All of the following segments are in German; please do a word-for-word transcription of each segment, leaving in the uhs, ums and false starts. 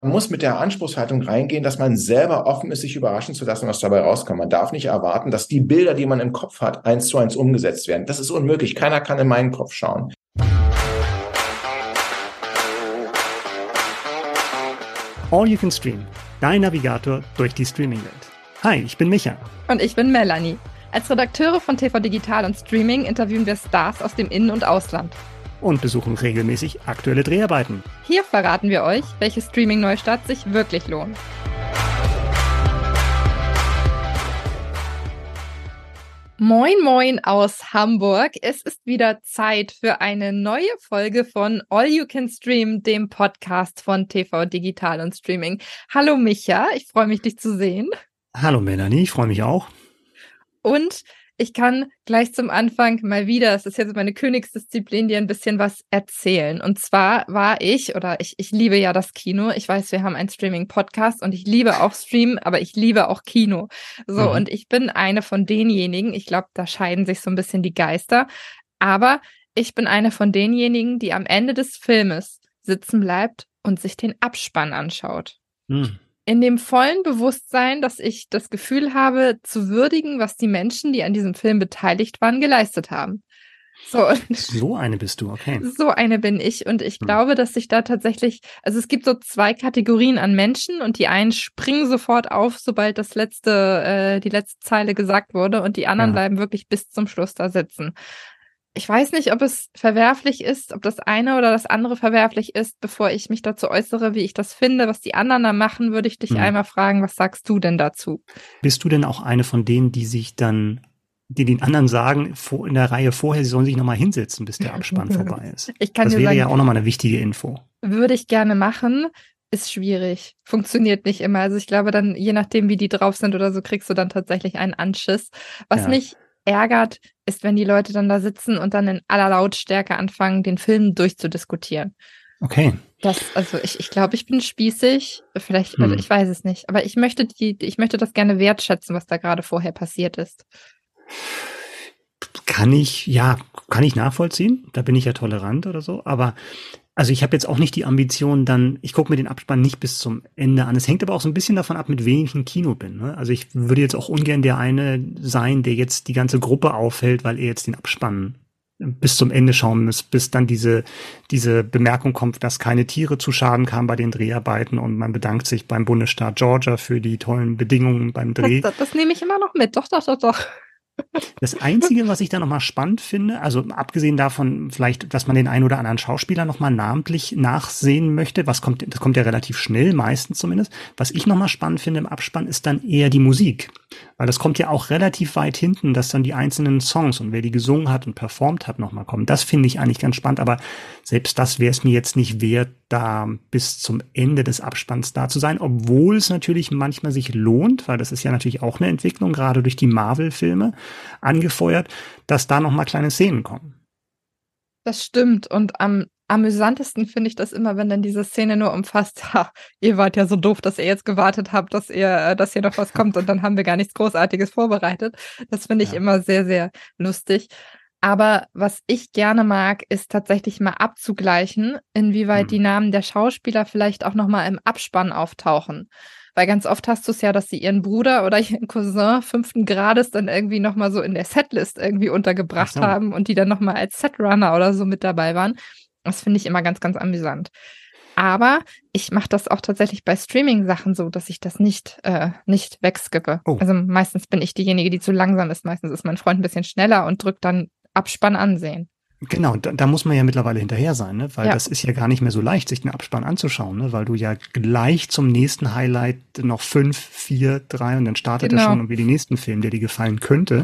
Man muss mit der Anspruchshaltung reingehen, dass man selber offen ist, sich überraschen zu lassen, was dabei rauskommt. Man darf nicht erwarten, dass die Bilder, die man im Kopf hat, eins zu eins umgesetzt werden. Das ist unmöglich. Keiner kann in meinen Kopf schauen. All You Can Stream, dein Navigator durch die Streaming-Welt. Hi, ich bin Micha. Und ich bin Melanie. Als Redakteure von T V Digital und Streaming interviewen wir Stars aus dem In- und Ausland. Und besuchen regelmäßig aktuelle Dreharbeiten. Hier verraten wir euch, welche Streaming-Neustart sich wirklich lohnt. Moin Moin aus Hamburg. Es ist wieder Zeit für eine neue Folge von All You Can Stream, dem Podcast von T V Digital und Streaming. Hallo Micha, ich freue mich, dich zu sehen. Hallo Melanie, ich freue mich auch. Und ich kann gleich zum Anfang mal wieder, es ist jetzt meine Königsdisziplin, dir ein bisschen was erzählen. Und zwar war ich, oder ich, ich liebe ja das Kino. Ich weiß, wir haben einen Streaming-Podcast und ich liebe auch Stream, aber ich liebe auch Kino. So, mhm. Und ich bin eine von denjenigen, ich glaube, da scheiden sich so ein bisschen die Geister, aber ich bin eine von denjenigen, die am Ende des Filmes sitzen bleibt und sich den Abspann anschaut. Mhm. In dem vollen Bewusstsein, dass ich das Gefühl habe, zu würdigen, was die Menschen, die an diesem Film beteiligt waren, geleistet haben. So, so eine bist du, okay. So eine bin ich und ich hm. glaube, dass sich da tatsächlich, also es gibt so zwei Kategorien an Menschen und die einen springen sofort auf, sobald das letzte, äh, die letzte Zeile gesagt wurde und die anderen ja. bleiben wirklich bis zum Schluss da sitzen. Ich weiß nicht, ob es verwerflich ist, ob das eine oder das andere verwerflich ist. Bevor ich mich dazu äußere, wie ich das finde, was die anderen da machen, würde ich dich hm. einmal fragen, was sagst du denn dazu? Bist du denn auch eine von denen, die sich dann, die den anderen sagen, vor, in der Reihe vorher, sie sollen sich nochmal hinsetzen, bis der Abspann vorbei ist? Ich kann das dir wäre sagen, ja auch nochmal eine wichtige Info. Würde ich gerne machen, ist schwierig. Funktioniert nicht immer. Also ich glaube dann, je nachdem, wie die drauf sind oder so, kriegst du dann tatsächlich einen Anschiss. Was ja. mich ärgert, ist, wenn die Leute dann da sitzen und dann in aller Lautstärke anfangen, den Film durchzudiskutieren. Okay. Das, also ich, ich glaube, ich bin spießig, vielleicht, hm. also ich weiß es nicht, aber ich möchte die, ich möchte das gerne wertschätzen, was da gerade vorher passiert ist. Kann ich, ja, kann ich nachvollziehen, da bin ich ja tolerant oder so, aber also ich habe jetzt auch nicht die Ambition, dann, ich gucke mir den Abspann nicht bis zum Ende an. Es hängt aber auch so ein bisschen davon ab, mit wem ich im Kino bin. Ne? Also ich würde jetzt auch ungern der eine sein, der jetzt die ganze Gruppe aufhält, weil er jetzt den Abspann bis zum Ende schauen muss, bis dann diese diese Bemerkung kommt, dass keine Tiere zu Schaden kamen bei den Dreharbeiten und man bedankt sich beim Bundesstaat Georgia für die tollen Bedingungen beim Dreh. Das, das, das nehme ich immer noch mit. Doch, doch, doch, doch. Das Einzige, was ich da nochmal spannend finde, also abgesehen davon vielleicht, dass man den einen oder anderen Schauspieler nochmal namentlich nachsehen möchte, was kommt, das kommt ja relativ schnell, meistens zumindest. Was ich nochmal spannend finde im Abspann, ist dann eher die Musik. Weil das kommt ja auch relativ weit hinten, dass dann die einzelnen Songs und wer die gesungen hat und performt hat nochmal kommen. Das finde ich eigentlich ganz spannend, aber selbst das wäre es mir jetzt nicht wert, da bis zum Ende des Abspanns da zu sein, obwohl es natürlich manchmal sich lohnt, weil das ist ja natürlich auch eine Entwicklung, gerade durch die Marvel-Filme angefeuert, dass da nochmal kleine Szenen kommen. Das stimmt und am amüsantesten finde ich das immer, wenn dann diese Szene nur umfasst, ha, ihr wart ja so doof, dass ihr jetzt gewartet habt, dass ihr, dass hier noch was kommt und dann haben wir gar nichts Großartiges vorbereitet. Das finde ich ja. immer sehr, sehr lustig. Aber was ich gerne mag, ist tatsächlich mal abzugleichen, inwieweit hm. die Namen der Schauspieler vielleicht auch nochmal im Abspann auftauchen. Weil ganz oft hast du es ja, dass sie ihren Bruder oder ihren Cousin fünften Grades dann irgendwie nochmal so in der Setlist irgendwie untergebracht so. haben und die dann nochmal als Setrunner oder so mit dabei waren. Das finde ich immer ganz, ganz amüsant. Aber ich mache das auch tatsächlich bei Streaming-Sachen so, dass ich das nicht, äh, nicht wegskippe. Oh. Also meistens bin ich diejenige, die zu langsam ist. Meistens ist mein Freund ein bisschen schneller und drückt dann Abspann ansehen. Genau, da, da muss man ja mittlerweile hinterher sein, ne? Weil ja. das ist ja gar nicht mehr so leicht, sich den Abspann anzuschauen, ne? Weil du ja gleich zum nächsten Highlight noch fünf, vier, drei und dann startet genau. er schon irgendwie den nächsten Film, der dir gefallen könnte.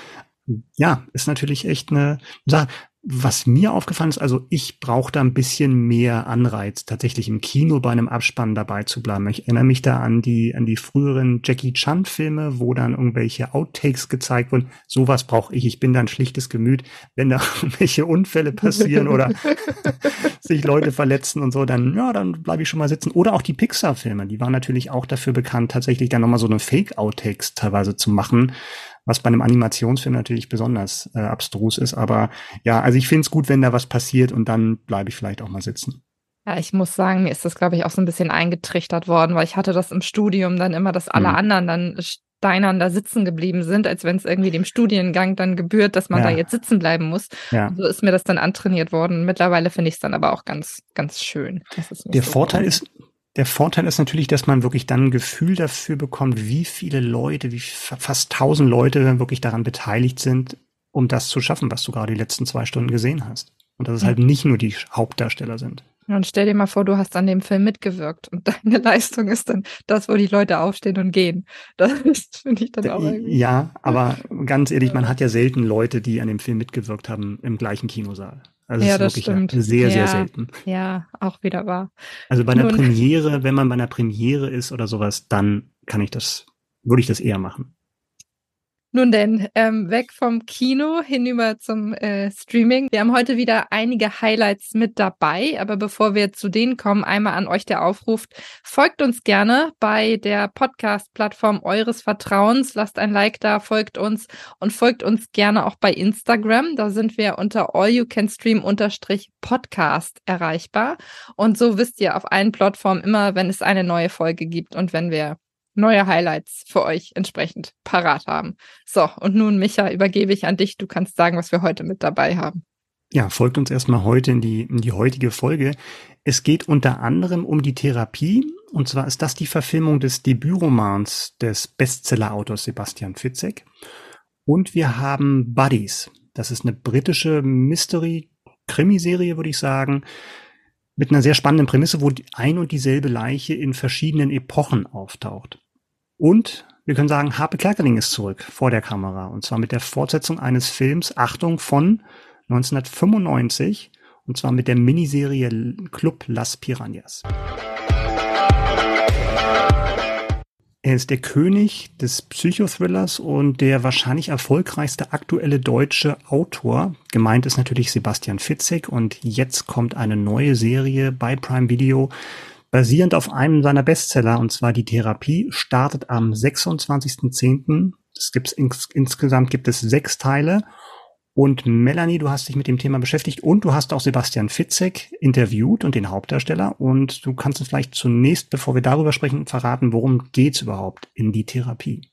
Ja, ist natürlich echt eine Sache. Was mir aufgefallen ist, also ich brauche da ein bisschen mehr Anreiz, tatsächlich im Kino bei einem Abspann dabei zu bleiben. Ich erinnere mich da an die an die früheren Jackie Chan Filme, wo dann irgendwelche Outtakes gezeigt wurden. Sowas brauche ich. Ich bin da ein schlichtes Gemüt. Wenn da irgendwelche Unfälle passieren oder sich Leute verletzen und so, dann ja, dann bleibe ich schon mal sitzen. Oder auch die Pixar-Filme, die waren natürlich auch dafür bekannt, tatsächlich dann nochmal so eine Fake-Outtakes teilweise zu machen, was bei einem Animationsfilm natürlich besonders äh, abstrus ist. Aber ja, also ich finde es gut, wenn da was passiert und dann bleibe ich vielleicht auch mal sitzen. Ja, ich muss sagen, mir ist das, glaube ich, auch so ein bisschen eingetrichtert worden, weil ich hatte das im Studium dann immer, dass alle Mhm. anderen dann steinern da sitzen geblieben sind, als wenn es irgendwie dem Studiengang dann gebührt, dass man Ja. da jetzt sitzen bleiben muss. Ja. Und so ist mir das dann antrainiert worden. Mittlerweile finde ich es dann aber auch ganz, ganz schön. Das ist nicht Der so Vorteil wichtig. ist, der Vorteil ist natürlich, dass man wirklich dann ein Gefühl dafür bekommt, wie viele Leute, wie fa- fast tausend Leute dann wirklich daran beteiligt sind, um das zu schaffen, was du gerade die letzten zwei Stunden gesehen hast. Und dass es Ja. halt nicht nur die Hauptdarsteller sind. Und stell dir mal vor, du hast an dem Film mitgewirkt und deine Leistung ist dann das, wo die Leute aufstehen und gehen. Das finde ich dann auch irgendwie. Ja, aber ganz ehrlich, man hat ja selten Leute, die an dem Film mitgewirkt haben im gleichen Kinosaal. Also Ja, es ist das wirklich stimmt. sehr, sehr Ja. selten. Ja, auch wieder wahr. Also bei einer Nun- Premiere, wenn man bei einer Premiere ist oder sowas, dann kann ich das, würde ich das eher machen. Nun denn, ähm, weg vom Kino hinüber zum äh, Streaming. Wir haben heute wieder einige Highlights mit dabei, aber bevor wir zu denen kommen, einmal an euch der Aufruf, folgt uns gerne bei der Podcast-Plattform eures Vertrauens, lasst ein Like da, folgt uns und folgt uns gerne auch bei Instagram, da sind wir unter allyoucanstream-podcast erreichbar und so wisst ihr auf allen Plattformen immer, wenn es eine neue Folge gibt und wenn wir neue Highlights für euch entsprechend parat haben. So, und nun, Micha, übergebe ich an dich. Du kannst sagen, was wir heute mit dabei haben. Ja, folgt uns erstmal heute in die, in die heutige Folge. Es geht unter anderem um die Therapie. Und zwar ist das die Verfilmung des Debütromans des Bestseller-Autors Sebastian Fitzek. Und wir haben Buddies. Das ist eine britische Mystery-Krimiserie, würde ich sagen, mit einer sehr spannenden Prämisse, wo ein und dieselbe Leiche in verschiedenen Epochen auftaucht. Und wir können sagen, Harpe Kerkeling ist zurück vor der Kamera. Und zwar mit der Fortsetzung eines Films, Achtung, von neunzehnhundertfünfundneunzig. Und zwar mit der Miniserie Club Las Piranhas. Er ist der König des Psychothrillers und der wahrscheinlich erfolgreichste aktuelle deutsche Autor. Gemeint ist natürlich Sebastian Fitzek und jetzt kommt eine neue Serie bei Prime Video, basierend auf einem seiner Bestseller, und zwar Die Therapie, startet am sechsundzwanzigsten zehnten Es gibt's ins, insgesamt gibt es sechs Teile. Und Melanie, du hast dich mit dem Thema beschäftigt und du hast auch Sebastian Fitzek interviewt und den Hauptdarsteller. Und du kannst uns vielleicht zunächst, bevor wir darüber sprechen, verraten, worum geht's überhaupt in Die Therapie?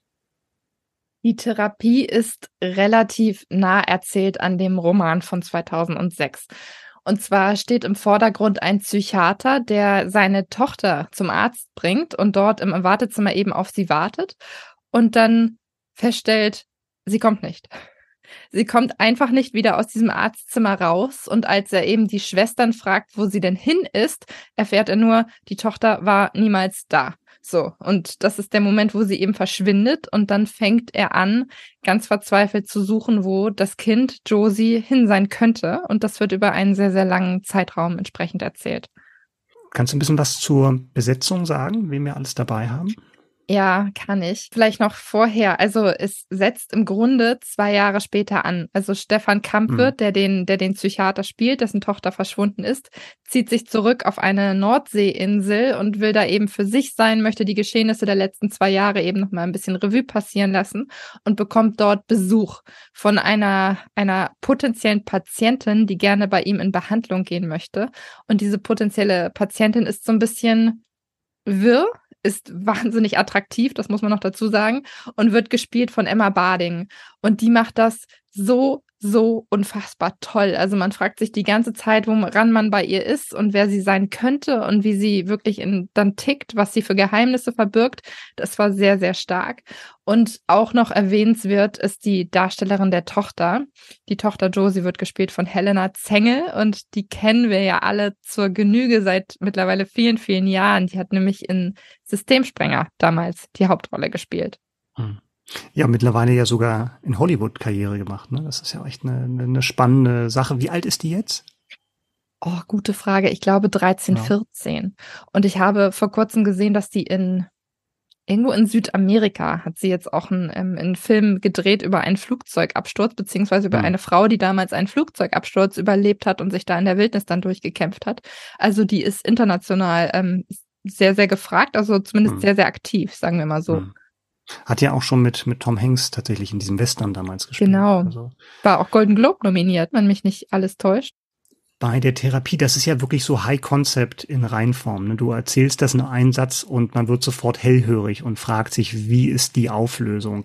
Die Therapie ist relativ nah erzählt an dem Roman von zweitausendsechs. Und zwar steht im Vordergrund ein Psychiater, der seine Tochter zum Arzt bringt und dort im Wartezimmer eben auf sie wartet und dann feststellt, sie kommt nicht. Sie kommt einfach nicht wieder aus diesem Arztzimmer raus und als er eben die Schwestern fragt, wo sie denn hin ist, erfährt er nur, die Tochter war niemals da. So, und das ist der Moment, wo sie eben verschwindet und dann fängt er an, ganz verzweifelt zu suchen, wo das Kind Josie hin sein könnte und das wird über einen sehr, sehr langen Zeitraum entsprechend erzählt. Kannst du ein bisschen was zur Besetzung sagen, wen wir alles dabei haben? Ja, kann ich. Vielleicht noch vorher. Also es setzt im Grunde zwei Jahre später an. Also Stefan Kampwirt, mhm. der den, der den Psychiater spielt, dessen Tochter verschwunden ist, zieht sich zurück auf eine Nordseeinsel und will da eben für sich sein, möchte die Geschehnisse der letzten zwei Jahre eben noch mal ein bisschen Revue passieren lassen und bekommt dort Besuch von einer, einer potenziellen Patientin, die gerne bei ihm in Behandlung gehen möchte. Und diese potenzielle Patientin ist so ein bisschen wirr, ist wahnsinnig attraktiv, das muss man noch dazu sagen, und wird gespielt von Emma Barding. Und die macht das so, so unfassbar toll. Also man fragt sich die ganze Zeit, woran man bei ihr ist und wer sie sein könnte und wie sie wirklich in, dann tickt, was sie für Geheimnisse verbirgt. Das war sehr, sehr stark. Und auch noch erwähnenswert ist die Darstellerin der Tochter. Die Tochter Josie wird gespielt von Helena Zengel und die kennen wir ja alle zur Genüge seit mittlerweile vielen, vielen Jahren. Die hat nämlich in Systemsprenger damals die Hauptrolle gespielt. Hm. Ja, mittlerweile ja sogar in Hollywood Karriere gemacht, ne? Das ist ja echt eine, eine spannende Sache. Wie alt ist die jetzt? Oh, gute Frage. Ich glaube dreizehn, ja. vierzehn. Und ich habe vor kurzem gesehen, dass die in irgendwo in Südamerika hat sie jetzt auch einen, ähm, einen Film gedreht über einen Flugzeugabsturz, beziehungsweise über hm. eine Frau, die damals einen Flugzeugabsturz überlebt hat und sich da in der Wildnis dann durchgekämpft hat. Also die ist international ähm, sehr, sehr gefragt, also zumindest hm. sehr, sehr aktiv, sagen wir mal so. Hm. Hat ja auch schon mit, mit Tom Hanks tatsächlich in diesem Western damals gespielt. Genau. Also. War auch Golden Globe nominiert, wenn mich nicht alles täuscht. Bei der Therapie, das ist ja wirklich so High Concept in Reinform. Ne? Du erzählst das in einem Satz und man wird sofort hellhörig und fragt sich, wie ist die Auflösung?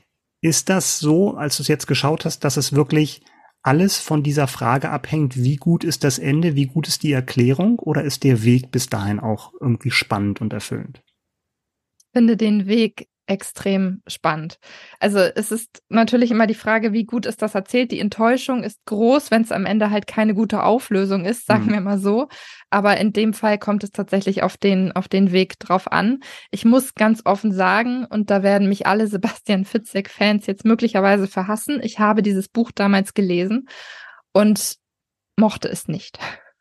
Ist das so, als du es jetzt geschaut hast, dass es wirklich alles von dieser Frage abhängt, wie gut ist das Ende, wie gut ist die Erklärung, oder ist der Weg bis dahin auch irgendwie spannend und erfüllend? Ich finde den Weg extrem spannend. Also es ist natürlich immer die Frage, wie gut ist das erzählt. Die Enttäuschung ist groß, wenn es am Ende halt keine gute Auflösung ist, sagen mhm. wir mal so. Aber in dem Fall kommt es tatsächlich auf den, auf den Weg drauf an. Ich muss ganz offen sagen, und da werden mich alle Sebastian Fitzek-Fans jetzt möglicherweise verhassen, ich habe dieses Buch damals gelesen und mochte es nicht.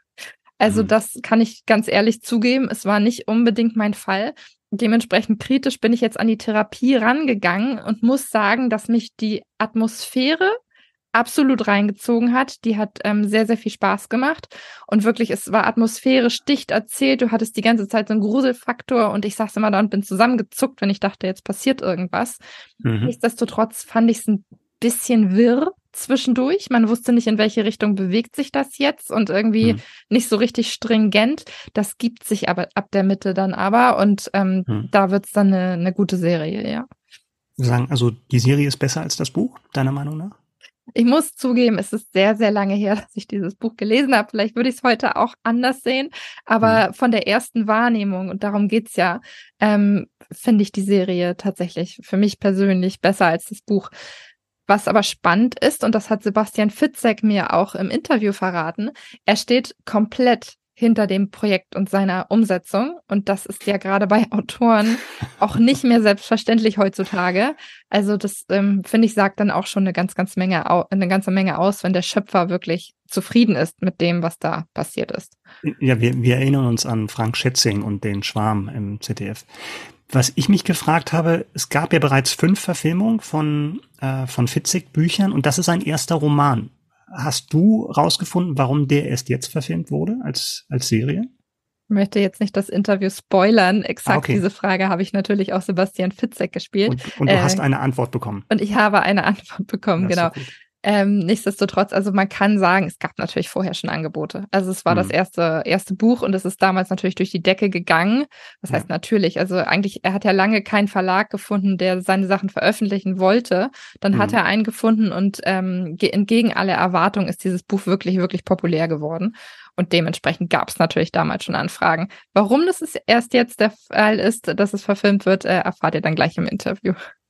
Also mhm. das kann ich ganz ehrlich zugeben. Es war nicht unbedingt mein Fall. Dementsprechend kritisch bin ich jetzt an die Therapie rangegangen und muss sagen, dass mich die Atmosphäre absolut reingezogen hat. Die hat ähm, sehr, sehr viel Spaß gemacht. Und wirklich, es war atmosphärisch dicht erzählt. Du hattest die ganze Zeit so einen Gruselfaktor und ich saß immer da und bin zusammengezuckt, wenn ich dachte, jetzt passiert irgendwas. Mhm. Nichtsdestotrotz fand ich es ein bisschen wirr zwischendurch. Man wusste nicht, in welche Richtung bewegt sich das jetzt und irgendwie hm. nicht so richtig stringent. Das gibt sich aber ab der Mitte dann aber und ähm, hm. da wird's dann eine, eine gute Serie, ja. Sie sagen, also die Serie ist besser als das Buch, deiner Meinung nach? Ich muss zugeben, es ist sehr, sehr lange her, dass ich dieses Buch gelesen habe. Vielleicht würde ich es heute auch anders sehen, aber hm. von der ersten Wahrnehmung, und darum geht's ja, ähm, finde ich die Serie tatsächlich für mich persönlich besser als das Buch. Was aber spannend ist, und das hat Sebastian Fitzek mir auch im Interview verraten, er steht komplett hinter dem Projekt und seiner Umsetzung. Und das ist ja gerade bei Autoren auch nicht mehr selbstverständlich heutzutage. Also das, ähm, finde ich, sagt dann auch schon eine ganz, ganz Menge, eine ganze Menge aus, wenn der Schöpfer wirklich zufrieden ist mit dem, was da passiert ist. Ja, wir, wir erinnern uns an Frank Schätzing und den Schwarm im Z D F. Was ich mich gefragt habe, es gab ja bereits fünf Verfilmungen von, äh, von Fitzek-Büchern und das ist ein erster Roman. Hast du rausgefunden, warum der erst jetzt verfilmt wurde als, als Serie? Ich möchte jetzt nicht das Interview spoilern. Exakt ah, okay. Diese Frage habe ich natürlich auch Sebastian Fitzek gespielt. Und, und du äh, hast eine Antwort bekommen. Und ich habe eine Antwort bekommen, genau. Ähm, nichtsdestotrotz, also man kann sagen, es gab natürlich vorher schon Angebote. Also es war mhm. das erste erste Buch und es ist damals natürlich durch die Decke gegangen. Das heißt ja. natürlich, also eigentlich, er hat ja lange keinen Verlag gefunden, der seine Sachen veröffentlichen wollte. Dann mhm. hat er einen gefunden und ähm, entgegen aller Erwartungen ist dieses Buch wirklich, wirklich populär geworden. Und dementsprechend gab es natürlich damals schon Anfragen. Warum das erst jetzt der Fall ist, dass es verfilmt wird, äh, erfahrt ihr dann gleich im Interview.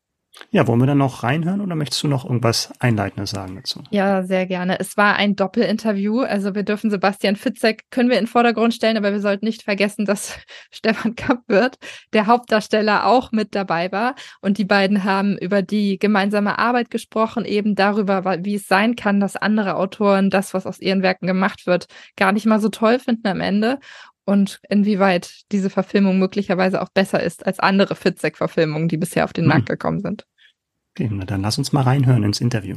Ja, wollen wir dann noch reinhören oder möchtest du noch irgendwas Einleitendes sagen dazu? Ja, sehr gerne. Es war ein Doppelinterview. Also wir dürfen Sebastian Fitzek, können wir in den Vordergrund stellen, aber wir sollten nicht vergessen, dass Stefan Kampwirth, der Hauptdarsteller, auch mit dabei war. Und die beiden haben über die gemeinsame Arbeit gesprochen, eben darüber, wie es sein kann, dass andere Autoren das, was aus ihren Werken gemacht wird, gar nicht mal so toll finden am Ende. Und inwieweit diese Verfilmung möglicherweise auch besser ist als andere Fitzek-Verfilmungen, die bisher auf den hm. Markt gekommen sind. Okay, na dann lass uns mal reinhören ins Interview.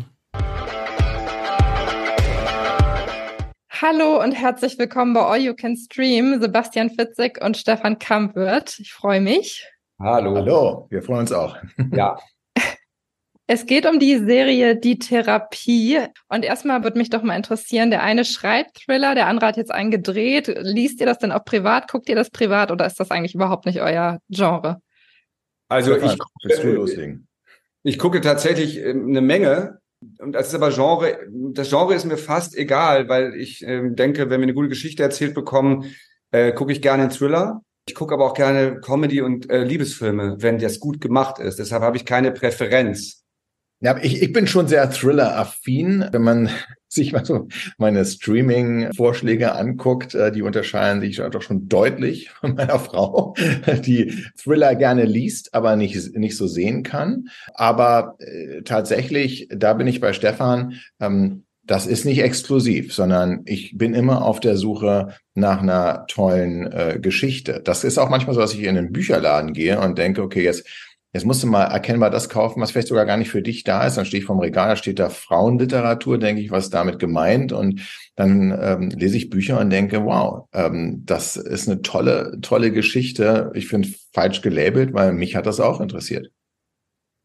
Hallo und herzlich willkommen bei All You Can Stream, Sebastian Fitzek und Stefan Kampwirth. Ich freue mich. Hallo. Hallo, wir freuen uns auch. Ja. Es geht um die Serie Die Therapie. Und erstmal würde mich doch mal interessieren, der eine schreibt Thriller, der andere hat jetzt einen gedreht. Liest ihr das denn auch privat? Guckt ihr das privat oder ist das eigentlich überhaupt nicht euer Genre? Also ich, äh, ich gucke tatsächlich äh, eine Menge. Und das ist aber Genre, das Genre ist mir fast egal, weil ich äh, denke, wenn wir eine gute Geschichte erzählt bekommen, äh, gucke ich gerne einen Thriller. Ich gucke aber auch gerne Comedy und äh, Liebesfilme, wenn das gut gemacht ist. Deshalb habe ich keine Präferenz. Ja, ich, ich bin schon sehr Thriller-affin. Wenn man sich mal so meine Streaming-Vorschläge anguckt, die unterscheiden sich doch schon deutlich von meiner Frau, die Thriller gerne liest, aber nicht, nicht so sehen kann. Aber äh, tatsächlich, da bin ich bei Stefan, ähm, das ist nicht exklusiv, sondern ich bin immer auf der Suche nach einer tollen äh, Geschichte. Das ist auch manchmal so, dass ich in einen Bücherladen gehe und denke, okay, jetzt Jetzt musst du mal erkennbar das kaufen, was vielleicht sogar gar nicht für dich da ist. Dann stehe ich vorm Regal, da steht da Frauenliteratur, denke ich, was ist damit gemeint? Und dann ähm, lese ich Bücher und denke, wow, ähm, das ist eine tolle, tolle Geschichte. Ich finde falsch gelabelt, weil mich hat das auch interessiert.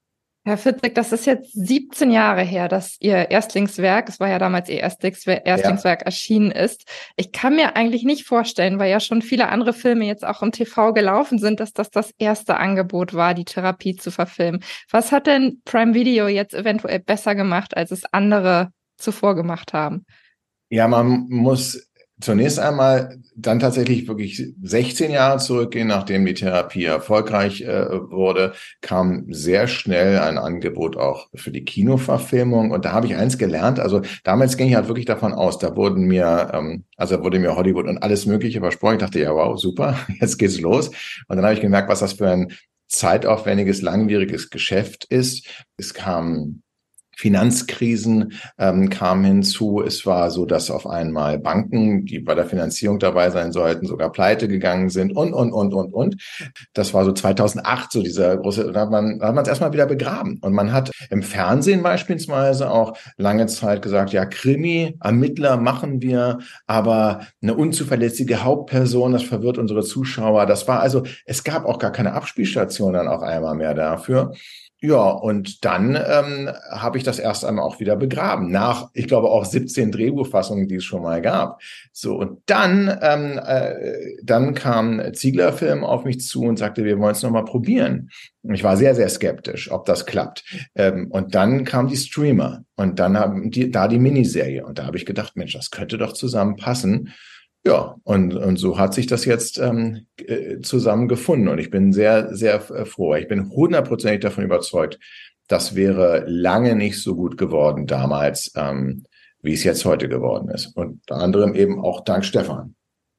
Herr Fitzek, das ist jetzt siebzehn Jahre her, dass Ihr Erstlingswerk, es war ja damals Ihr Erstlingswerk, Erstlingswerk ja. erschienen ist. Ich kann mir eigentlich nicht vorstellen, weil ja schon viele andere Filme jetzt auch im T V gelaufen sind, dass das das erste Angebot war, die Therapie zu verfilmen. Was hat denn Prime Video jetzt eventuell besser gemacht, als es andere zuvor gemacht haben? Ja, man muss zunächst einmal dann tatsächlich wirklich sechzehn Jahre zurückgehen, nachdem die Therapie erfolgreich äh, wurde, kam sehr schnell ein Angebot auch für die Kinoverfilmung. Und da habe ich eins gelernt. Also damals ging ich halt wirklich davon aus, da wurden mir, ähm, also wurde mir Hollywood und alles Mögliche versprochen. Ich dachte, ja, wow, super, jetzt geht's los. Und dann habe ich gemerkt, was das für ein zeitaufwendiges, langwieriges Geschäft ist. Es kam Finanzkrisen ähm, kamen hinzu. Es war so, dass auf einmal Banken, die bei der Finanzierung dabei sein sollten, sogar pleite gegangen sind und, und, und, und, und. Das war so zweitausendacht, so dieser große, da hat man, da hat man es erstmal wieder begraben. Und man hat im Fernsehen beispielsweise auch lange Zeit gesagt, ja, Krimi, Ermittler machen wir, aber eine unzuverlässige Hauptperson, das verwirrt unsere Zuschauer. Das war also, es gab auch gar keine Abspielstation dann auf einmal mehr dafür. Ja, und dann ähm, habe ich das erst einmal auch wieder begraben, nach, ich glaube, auch siebzehn Drehbuchfassungen, die es schon mal gab. So, und dann, ähm, äh, dann kam Ziegler Film auf mich zu und sagte, wir wollen es nochmal probieren. Und ich war sehr, sehr skeptisch, ob das klappt. Ähm, und dann kam die Streamer und dann haben die da die Miniserie. Und da habe ich gedacht, Mensch, das könnte doch zusammenpassen. Ja, und, und so hat sich das jetzt ähm, zusammen gefunden. Und ich bin sehr, sehr froh. Ich bin hundertprozentig davon überzeugt, das wäre lange nicht so gut geworden damals, ähm, wie es jetzt heute geworden ist. Unter anderem eben auch dank Stefan.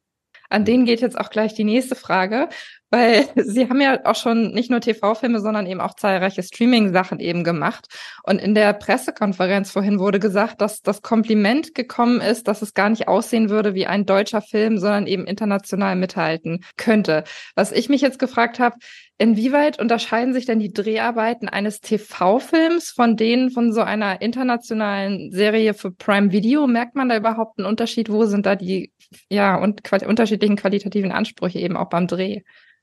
An den geht jetzt auch gleich die nächste Frage, weil Sie haben ja auch schon nicht nur T V-Filme, sondern eben auch zahlreiche Streaming-Sachen eben gemacht. Und in der Pressekonferenz vorhin wurde gesagt, dass das Kompliment gekommen ist, dass es gar nicht aussehen würde wie ein deutscher Film, sondern eben international mithalten könnte. Was ich mich jetzt gefragt habe, inwieweit unterscheiden sich denn die Dreharbeiten eines T V-Films von denen von so einer internationalen Serie für Prime Video? Merkt man da überhaupt einen Unterschied? Wo sind da die ja und quali- unterschiedlichen qualitativen Ansprüche eben auch beim Dreh?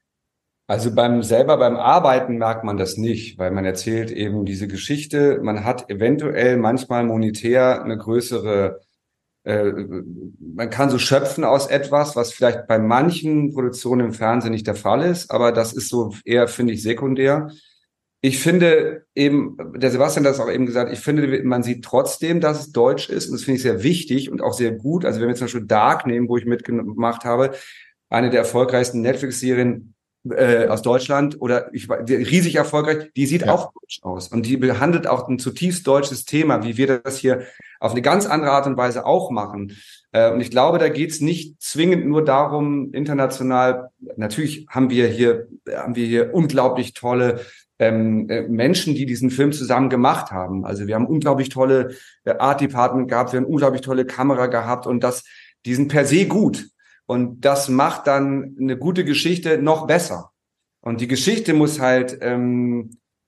Also beim selber beim Arbeiten merkt man das nicht, weil man erzählt eben diese Geschichte. Man hat eventuell manchmal monetär eine größere, äh, man kann so schöpfen aus etwas, was vielleicht bei manchen Produktionen im Fernsehen nicht der Fall ist, aber das ist so eher, finde ich, sekundär. Ich finde eben, der Sebastian hat das auch eben gesagt, ich finde, man sieht trotzdem, dass es deutsch ist und das finde ich sehr wichtig und auch sehr gut. Also wenn wir zum Beispiel Dark nehmen, wo ich mitgemacht habe, eine der erfolgreichsten Netflix-Serien äh, aus Deutschland oder ich die, riesig erfolgreich, die sieht ja auch deutsch aus und die behandelt auch ein zutiefst deutsches Thema, wie wir das hier auf eine ganz andere Art und Weise auch machen. Äh, und ich glaube, da geht's nicht zwingend nur darum, international, natürlich haben wir hier, haben wir hier unglaublich tolle ähm, Menschen, die diesen Film zusammen gemacht haben. Also wir haben unglaublich tolle äh, Art Department gehabt, wir haben unglaublich tolle Kamera gehabt und das, die sind per se gut. Und das macht dann eine gute Geschichte noch besser. Und die Geschichte muss halt ähm,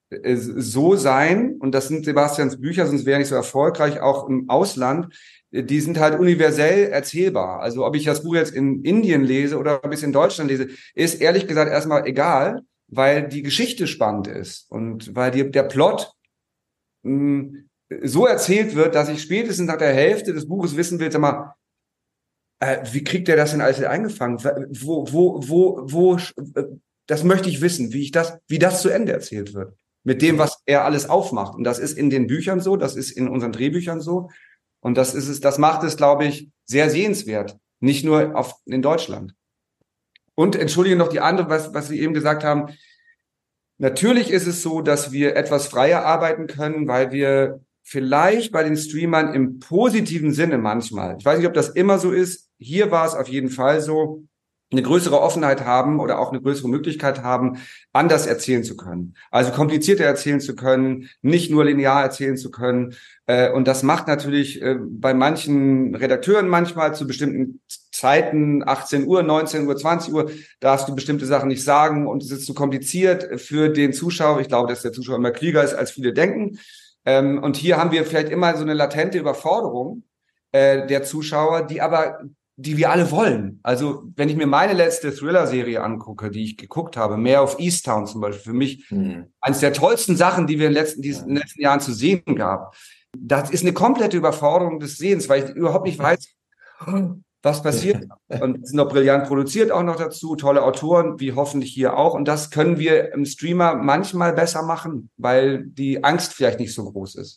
so sein, und das sind Sebastians Bücher, sonst wäre er nicht so erfolgreich, auch im Ausland, die sind halt universell erzählbar. Also ob ich das Buch jetzt in Indien lese oder ob ich es in Deutschland lese, ist ehrlich gesagt erstmal egal, weil die Geschichte spannend ist und weil die, der Plot mh, so erzählt wird, dass ich spätestens nach der Hälfte des Buches wissen will, sag mal, Äh, wie kriegt der das denn alles eingefangen? Wo, wo, wo, wo, das möchte ich wissen, wie ich das, wie das zu Ende erzählt wird. Mit dem, was er alles aufmacht. Und das ist in den Büchern so, das ist in unseren Drehbüchern so. Und das ist es, das macht es, glaube ich, sehr sehenswert. Nicht nur auf, in Deutschland. Und entschuldige noch die andere, was, was Sie eben gesagt haben. Natürlich ist es so, dass wir etwas freier arbeiten können, weil wir vielleicht bei den Streamern im positiven Sinne manchmal, ich weiß nicht, ob das immer so ist, hier war es auf jeden Fall so, eine größere Offenheit haben oder auch eine größere Möglichkeit haben, anders erzählen zu können. Also komplizierter erzählen zu können, nicht nur linear erzählen zu können. Und das macht natürlich bei manchen Redakteuren manchmal zu bestimmten Zeiten, achtzehn Uhr, neunzehn Uhr, zwanzig Uhr, darfst du bestimmte Sachen nicht sagen und es ist zu kompliziert für den Zuschauer. Ich glaube, dass der Zuschauer immer klüger ist, als viele denken. Und hier haben wir vielleicht immer so eine latente Überforderung der Zuschauer, die aber die wir alle wollen. Also wenn ich mir meine letzte Thriller-Serie angucke, die ich geguckt habe, Mare of Easttown zum Beispiel, für mich mhm. eines der tollsten Sachen, die wir in den letzten, diesen, in den letzten Jahren zu sehen gab. Das ist eine komplette Überforderung des Sehens, weil ich überhaupt nicht weiß, was passiert. Und sind noch brillant produziert auch noch dazu, tolle Autoren, wie hoffentlich hier auch. Und das können wir im Streamer manchmal besser machen, weil die Angst vielleicht nicht so groß ist.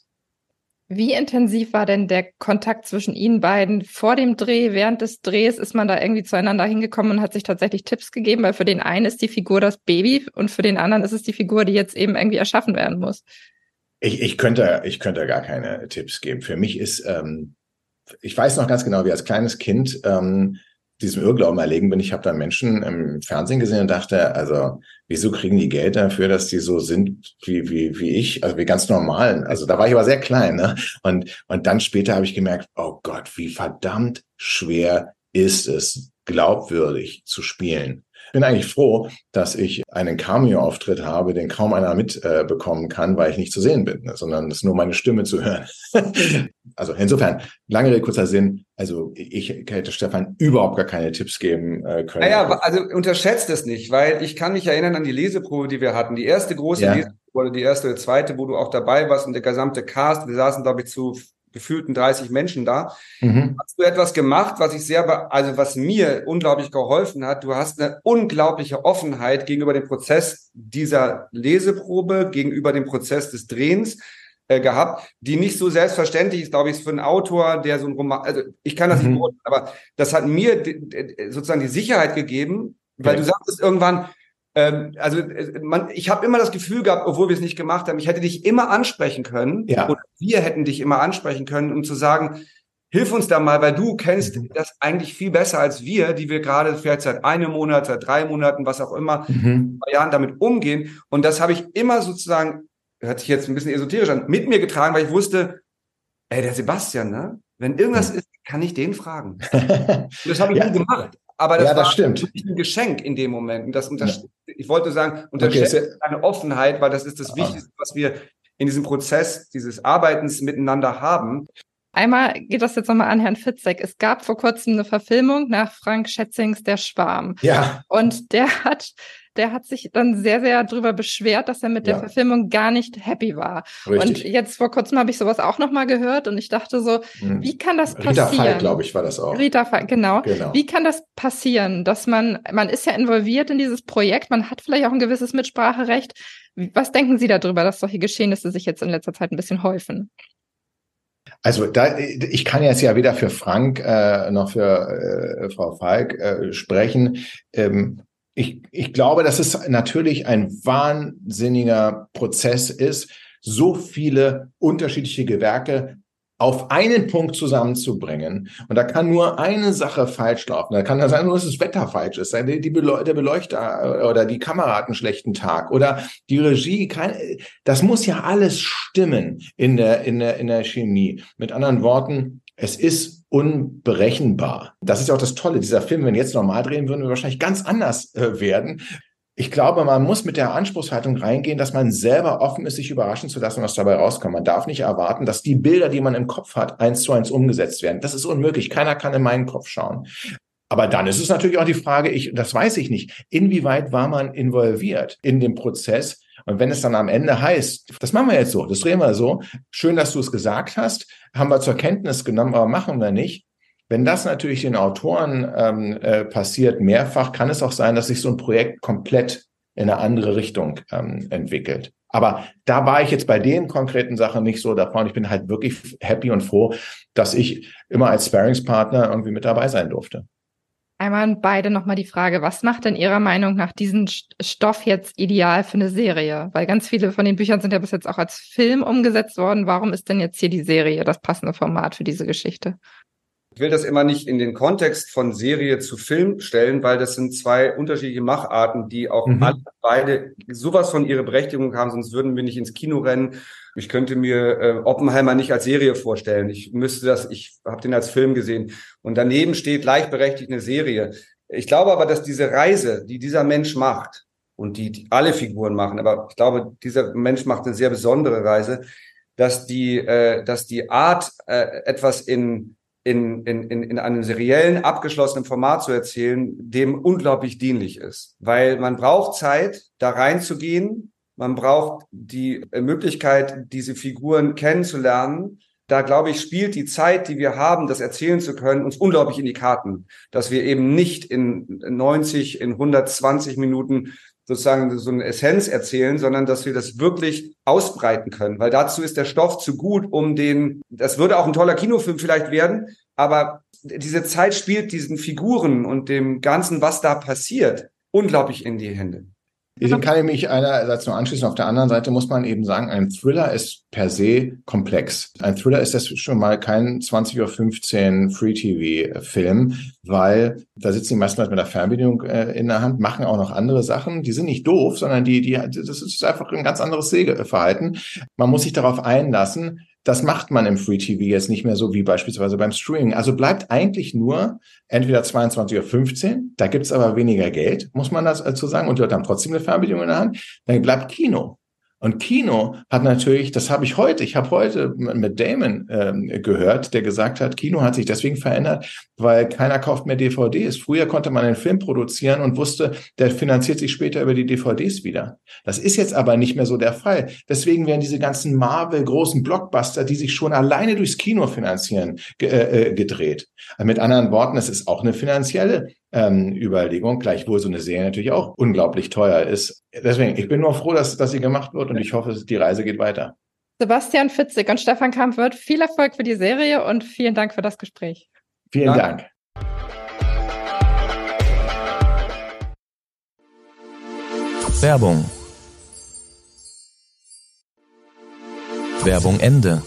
Wie intensiv war denn der Kontakt zwischen Ihnen beiden vor dem Dreh, während des Drehs? Ist man da irgendwie zueinander hingekommen und hat sich tatsächlich Tipps gegeben? Weil für den einen ist die Figur das Baby und für den anderen ist es die Figur, die jetzt eben irgendwie erschaffen werden muss. Ich, ich könnte, ich könnte gar keine Tipps geben. Für mich ist, ähm, ich weiß noch ganz genau, wie als kleines Kind ähm, diesem Irrglauben erlegen bin. Ich habe da Menschen im Fernsehen gesehen und dachte, also wieso kriegen die Geld dafür, dass die so sind wie wie wie ich, also wie ganz normalen. Also da war ich aber sehr klein, ne? Und und dann später habe ich gemerkt, oh Gott, wie verdammt schwer ist es, glaubwürdig zu spielen. Ich bin eigentlich froh, dass ich einen Cameo-Auftritt habe, den kaum einer mitbekommen äh, kann, weil ich nicht zu sehen bin, ne, sondern es ist nur meine Stimme zu hören. Also insofern, lange Rede, kurzer Sinn, also ich hätte Stefan überhaupt gar keine Tipps geben äh, können. Naja, also unterschätzt es nicht, weil ich kann mich erinnern an die Leseprobe, die wir hatten. Die erste große ja. Leseprobe, oder die erste oder zweite, wo du auch dabei warst und der gesamte Cast, wir saßen, glaube ich, zu gefühlten dreißig Menschen da. Mhm. Hast du etwas gemacht, was ich sehr, also was mir unglaublich geholfen hat. Du hast eine unglaubliche Offenheit gegenüber dem Prozess dieser Leseprobe, gegenüber dem Prozess des Drehens äh, gehabt, die nicht so selbstverständlich ist, glaube ich, für einen Autor, der so ein Roman, also ich kann das mhm. nicht beurteilen, aber das hat mir sozusagen die Sicherheit gegeben, weil okay. du sagtest irgendwann, also man, ich habe immer das Gefühl gehabt, obwohl wir es nicht gemacht haben, ich hätte dich immer ansprechen können, ja. oder wir hätten dich immer ansprechen können, um zu sagen, hilf uns da mal, weil du kennst mhm. das eigentlich viel besser als wir, die wir gerade vielleicht seit einem Monat, seit drei Monaten, was auch immer, mhm. zwei Jahren damit umgehen. Und das habe ich immer sozusagen, hört sich jetzt ein bisschen esoterisch an, mit mir getragen, weil ich wusste, ey, der Sebastian, ne? Wenn irgendwas mhm. ist, kann ich den fragen. Und das habe ich ja. nie gemacht. Aber das, ja, das war stimmt. wirklich ein Geschenk in dem Moment. Und das untersch- ja. Ich wollte sagen, unterschätzt okay, eine Offenheit, weil das ist das ah. Wichtigste, was wir in diesem Prozess dieses Arbeitens miteinander haben. Einmal geht das jetzt nochmal an Herrn Fitzek. Es gab vor kurzem eine Verfilmung nach Frank Schätzings Der Schwarm. Ja. Und der hat, der hat sich dann sehr, sehr drüber beschwert, dass er mit ja. der Verfilmung gar nicht happy war. Richtig. Und jetzt vor kurzem habe ich sowas auch nochmal gehört und ich dachte so, hm. wie kann das passieren? Rita Falk, glaube ich, war das auch. Rita Falk, genau. genau. Wie kann das passieren, dass man, man ist ja involviert in dieses Projekt, man hat vielleicht auch ein gewisses Mitspracherecht. Was denken Sie darüber, dass solche Geschehnisse sich jetzt in letzter Zeit ein bisschen häufen? Also da, ich kann jetzt ja weder für Frank äh, noch für äh, Frau Falk äh, sprechen. Ähm, ich, ich glaube, dass es natürlich ein wahnsinniger Prozess ist, so viele unterschiedliche Gewerke auf einen Punkt zusammenzubringen. Und da kann nur eine Sache falsch laufen. Da kann das sein, nur dass das Wetter falsch ist, die, die Beleu- der Beleuchter oder die Kamera hat einen schlechten Tag oder die Regie. Kein, das muss ja alles stimmen in der, in der, in der Chemie. Mit anderen Worten, es ist unberechenbar. Das ist ja auch das Tolle dieser Film. Wenn wir jetzt normal drehen, würden wir wahrscheinlich ganz anders äh, werden. Ich glaube, man muss mit der Anspruchshaltung reingehen, dass man selber offen ist, sich überraschen zu lassen, was dabei rauskommt. Man darf nicht erwarten, dass die Bilder, die man im Kopf hat, eins zu eins umgesetzt werden. Das ist unmöglich. Keiner kann in meinen Kopf schauen. Aber dann ist es natürlich auch die Frage, ich, das weiß ich nicht, inwieweit war man involviert in dem Prozess? Und wenn es dann am Ende heißt, das machen wir jetzt so, das drehen wir so, schön, dass du es gesagt hast, haben wir zur Kenntnis genommen, aber machen wir nicht. Wenn das natürlich den Autoren ähm, äh, passiert, mehrfach, kann es auch sein, dass sich so ein Projekt komplett in eine andere Richtung ähm, entwickelt. Aber da war ich jetzt bei den konkreten Sachen nicht so davon. Ich bin halt wirklich happy und froh, dass ich immer als Sparringspartner irgendwie mit dabei sein durfte. Einmal an beide nochmal die Frage, was macht denn Ihrer Meinung nach diesen Stoff jetzt ideal für eine Serie? Weil ganz viele von den Büchern sind ja bis jetzt auch als Film umgesetzt worden. Warum ist denn jetzt hier die Serie das passende Format für diese Geschichte? Ich will das immer nicht in den Kontext von Serie zu Film stellen, weil das sind zwei unterschiedliche Macharten, die auch mhm. alle beide sowas von ihre Berechtigung haben, sonst würden wir nicht ins Kino rennen. Ich könnte mir äh, Oppenheimer nicht als Serie vorstellen. Ich müsste das, ich habe den als Film gesehen. Und daneben steht gleichberechtigt eine Serie. Ich glaube aber, dass diese Reise, die dieser Mensch macht und die, die alle Figuren machen, aber ich glaube, dieser Mensch macht eine sehr besondere Reise, dass die, äh, dass die Art, äh, etwas in in, in, in, in einem seriellen, abgeschlossenen Format zu erzählen, dem unglaublich dienlich ist. Weil man braucht Zeit, da reinzugehen. Man braucht die Möglichkeit, diese Figuren kennenzulernen. Da, glaube ich, spielt die Zeit, die wir haben, das erzählen zu können, uns unglaublich in die Karten. Dass wir eben nicht in neunzig, in hundertzwanzig Minuten sozusagen so eine Essenz erzählen, sondern dass wir das wirklich ausbreiten können. Weil dazu ist der Stoff zu gut, um den, das würde auch ein toller Kinofilm vielleicht werden, aber diese Zeit spielt diesen Figuren und dem Ganzen, was da passiert, unglaublich in die Hände. Dem kann ich mich einerseits nur anschließen. Auf der anderen Seite muss man eben sagen, ein Thriller ist per se komplex. Ein Thriller ist das schon mal kein zwanzig Uhr fünfzehn Free-T V-Film, weil da sitzen die meisten Leute mit der Fernbedienung äh, in der Hand, machen auch noch andere Sachen. Die sind nicht doof, sondern die, die, das ist einfach ein ganz anderes Sehverhalten. Man muss sich darauf einlassen. Das macht man im Free-T V jetzt nicht mehr so wie beispielsweise beim Streaming. Also bleibt eigentlich nur entweder zweiundzwanzig Uhr fünfzehn, da gibt's aber weniger Geld, muss man dazu sagen, und die Leute haben trotzdem eine Fernbedienung in der Hand, dann bleibt Kino. Und Kino hat natürlich, das habe ich heute, ich habe heute mit Damon ähm, gehört, der gesagt hat, Kino hat sich deswegen verändert, weil keiner kauft mehr D V Ds. Früher konnte man einen Film produzieren und wusste, der finanziert sich später über die D V Ds wieder. Das ist jetzt aber nicht mehr so der Fall. Deswegen werden diese ganzen Marvel-großen Blockbuster, die sich schon alleine durchs Kino finanzieren, ge- äh, gedreht. Mit anderen Worten, es ist auch eine finanzielle ähm, Überlegung, gleichwohl so eine Serie natürlich auch unglaublich teuer ist. Deswegen, ich bin nur froh, dass, dass sie gemacht wird und ich hoffe, die Reise geht weiter. Sebastian Fitzek und Stefan Kampwirth, viel Erfolg für die Serie und vielen Dank für das Gespräch. Vielen Dank. Dank. Werbung. Werbung Ende.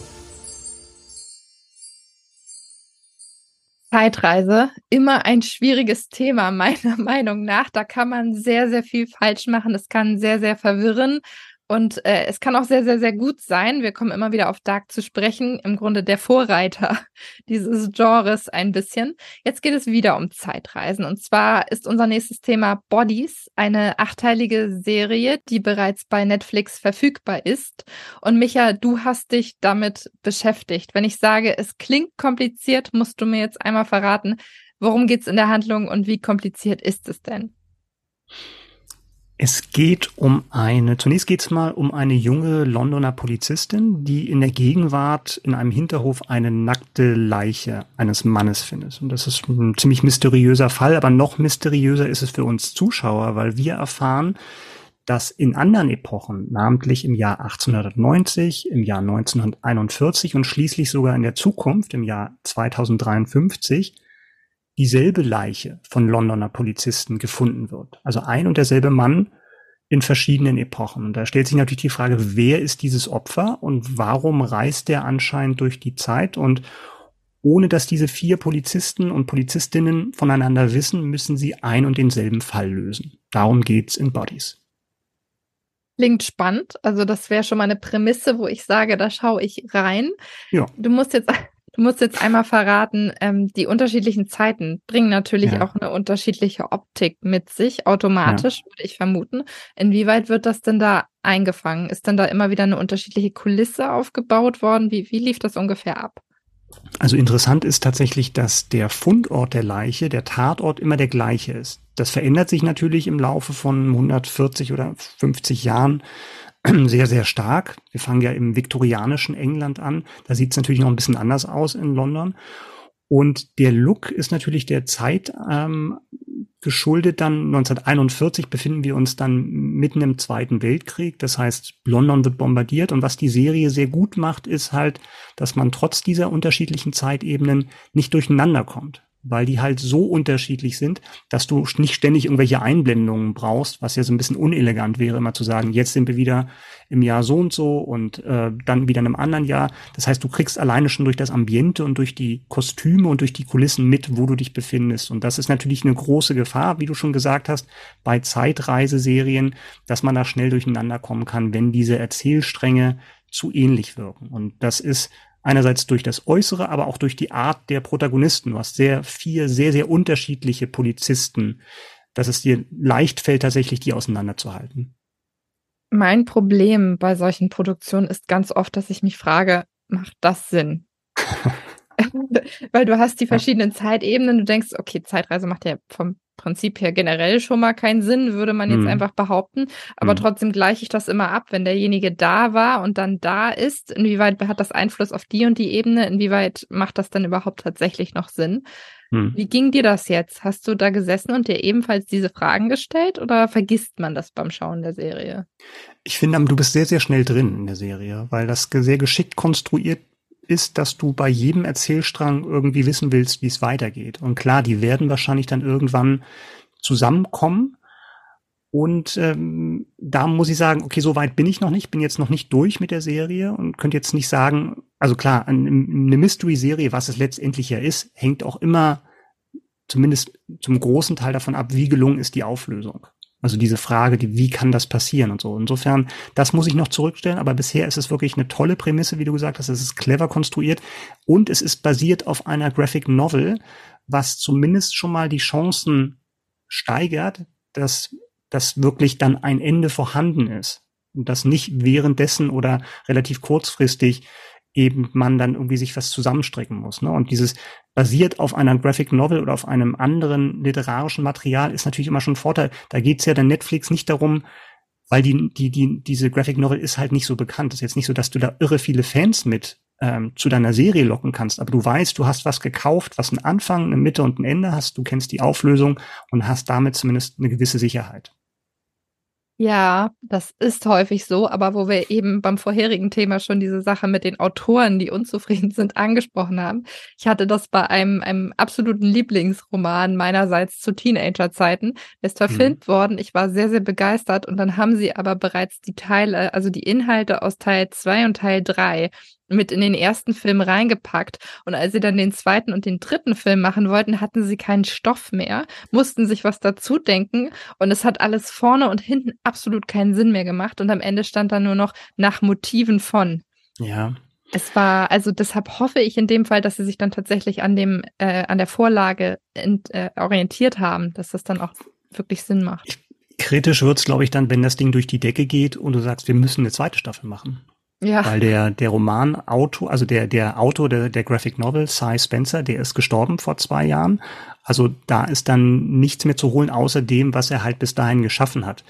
Zeitreise, immer ein schwieriges Thema, meiner Meinung nach. Da kann man sehr, sehr viel falsch machen. Es kann sehr, sehr verwirren. Und äh, es kann auch sehr, sehr, sehr gut sein. Wir kommen immer wieder auf Dark zu sprechen. Im Grunde der Vorreiter dieses Genres ein bisschen. Jetzt geht es wieder um Zeitreisen. Und zwar ist unser nächstes Thema Bodies, eine achteilige Serie, die bereits bei Netflix verfügbar ist. Und Micha, du hast dich damit beschäftigt. Wenn ich sage, es klingt kompliziert, musst du mir jetzt einmal verraten, worum geht's in der Handlung und wie kompliziert ist es denn? Es geht um eine, zunächst geht es mal um eine junge Londoner Polizistin, die in der Gegenwart in einem Hinterhof eine nackte Leiche eines Mannes findet. Und das ist ein ziemlich mysteriöser Fall, aber noch mysteriöser ist es für uns Zuschauer, weil wir erfahren, dass in anderen Epochen, namentlich im Jahr achtzehnhundertneunzig, im Jahr neunzehnhunderteinundvierzig und schließlich sogar in der Zukunft, im Jahr zweitausenddreiundfünfzig, dieselbe Leiche von Londoner Polizisten gefunden wird. Also ein und derselbe Mann in verschiedenen Epochen. Und da stellt sich natürlich die Frage, wer ist dieses Opfer und warum reist der anscheinend durch die Zeit? Und ohne dass diese vier Polizisten und Polizistinnen voneinander wissen, müssen sie ein und denselben Fall lösen. Darum geht's in Bodies. Klingt spannend. Also das wäre schon mal eine Prämisse, wo ich sage, da schaue ich rein. Ja. Du musst jetzt... Du musst jetzt einmal verraten, ähm, die unterschiedlichen Zeiten bringen natürlich ja. auch eine unterschiedliche Optik mit sich, automatisch, ja. würde ich vermuten. Inwieweit wird das denn da eingefangen? Ist denn da immer wieder eine unterschiedliche Kulisse aufgebaut worden? Wie, wie lief das ungefähr ab? Also interessant ist tatsächlich, dass der Fundort der Leiche, der Tatort immer der gleiche ist. Das verändert sich natürlich im Laufe von hundertvierzig oder fünfzig Jahren sehr, sehr stark. Wir fangen ja im viktorianischen England an. Da sieht es natürlich noch ein bisschen anders aus in London. Und der Look ist natürlich der Zeit ähm, geschuldet. Dann neunzehnhunderteinundvierzig befinden wir uns dann mitten im Zweiten Weltkrieg. Das heißt, London wird bombardiert. Und was die Serie sehr gut macht, ist halt, dass man trotz dieser unterschiedlichen Zeitebenen nicht durcheinander kommt. Weil die halt so unterschiedlich sind, dass du nicht ständig irgendwelche Einblendungen brauchst, was ja so ein bisschen unelegant wäre, immer zu sagen, jetzt sind wir wieder im Jahr so und so und äh, dann wieder in einem anderen Jahr. Das heißt, du kriegst alleine schon durch das Ambiente und durch die Kostüme und durch die Kulissen mit, wo du dich befindest. Und das ist natürlich eine große Gefahr, wie du schon gesagt hast, bei Zeitreiseserien, dass man da schnell durcheinander kommen kann, wenn diese Erzählstränge zu ähnlich wirken. Und das ist einerseits durch das Äußere, aber auch durch die Art der Protagonisten. Du hast sehr vier, sehr, sehr unterschiedliche Polizisten, dass es dir leicht fällt, tatsächlich die auseinanderzuhalten. Mein Problem bei solchen Produktionen ist ganz oft, dass ich mich frage, macht das Sinn? weil du hast die verschiedenen Zeitebenen, du denkst, okay, Zeitreise macht ja vom Prinzip her generell schon mal keinen Sinn, würde man jetzt Mhm. einfach behaupten. Aber Mhm. trotzdem gleiche ich das immer ab, wenn derjenige da war und dann da ist. Inwieweit hat das Einfluss auf die und die Ebene? Inwieweit macht das dann überhaupt tatsächlich noch Sinn? Mhm. Wie ging dir das jetzt? Hast du da gesessen und dir ebenfalls diese Fragen gestellt oder vergisst man das beim Schauen der Serie? Ich finde, du bist sehr, sehr schnell drin in der Serie, weil das ge- sehr geschickt konstruiert ist, dass du bei jedem Erzählstrang irgendwie wissen willst, wie es weitergeht. Und klar, die werden wahrscheinlich dann irgendwann zusammenkommen. Und ähm, da muss ich sagen, okay, so weit bin ich noch nicht, bin jetzt noch nicht durch mit der Serie und könnte jetzt nicht sagen, also klar, an- eine Mystery-Serie, was es letztendlich ja ist, hängt auch immer zumindest zum großen Teil davon ab, wie gelungen ist die Auflösung. Also diese Frage, die, wie kann das passieren und so. Insofern, das muss ich noch zurückstellen, aber bisher ist es wirklich eine tolle Prämisse, wie du gesagt hast. Es ist clever konstruiert und es ist basiert auf einer Graphic Novel, was zumindest schon mal die Chancen steigert, dass dass wirklich dann ein Ende vorhanden ist und dass nicht währenddessen oder relativ kurzfristig eben man dann irgendwie sich was zusammenstricken muss. Ne? Und dieses basiert auf einer Graphic Novel oder auf einem anderen literarischen Material ist natürlich immer schon ein Vorteil. Da geht's ja dann Netflix nicht darum, weil die, die, die, diese Graphic Novel ist halt nicht so bekannt. Das ist jetzt nicht so, dass du da irre viele Fans mit ähm, zu deiner Serie locken kannst. Aber du weißt, du hast was gekauft, was einen Anfang, eine Mitte und ein Ende hast. Du kennst die Auflösung und hast damit zumindest eine gewisse Sicherheit. Ja, das ist häufig so, aber wo wir eben beim vorherigen Thema schon diese Sache mit den Autoren, die unzufrieden sind, angesprochen haben. Ich hatte das bei einem, einem absoluten Lieblingsroman meinerseits zu Teenagerzeiten. Der ist verfilmt mhm. worden. Ich war sehr, sehr begeistert und dann haben sie aber bereits die Teile, also die Inhalte aus Teil zwei und Teil drei mit in den ersten Film reingepackt. Und als sie dann den zweiten und den dritten Film machen wollten, hatten sie keinen Stoff mehr, mussten sich was dazu denken und es hat alles vorne und hinten absolut keinen Sinn mehr gemacht und am Ende stand da nur noch nach Motiven von. Ja. Es war, also deshalb hoffe ich in dem Fall, dass sie sich dann tatsächlich an dem, äh, an der Vorlage ent, äh, orientiert haben, dass das dann auch wirklich Sinn macht. Kritisch wird's, glaube ich, dann, wenn das Ding durch die Decke geht und du sagst, wir müssen eine zweite Staffel machen. Ja. Weil der, der Romanautor, also der, der Autor der, der Graphic Novel, Cy Spencer, der ist gestorben vor zwei Jahren. Also da ist dann nichts mehr zu holen, außer dem, was er halt bis dahin geschaffen hat.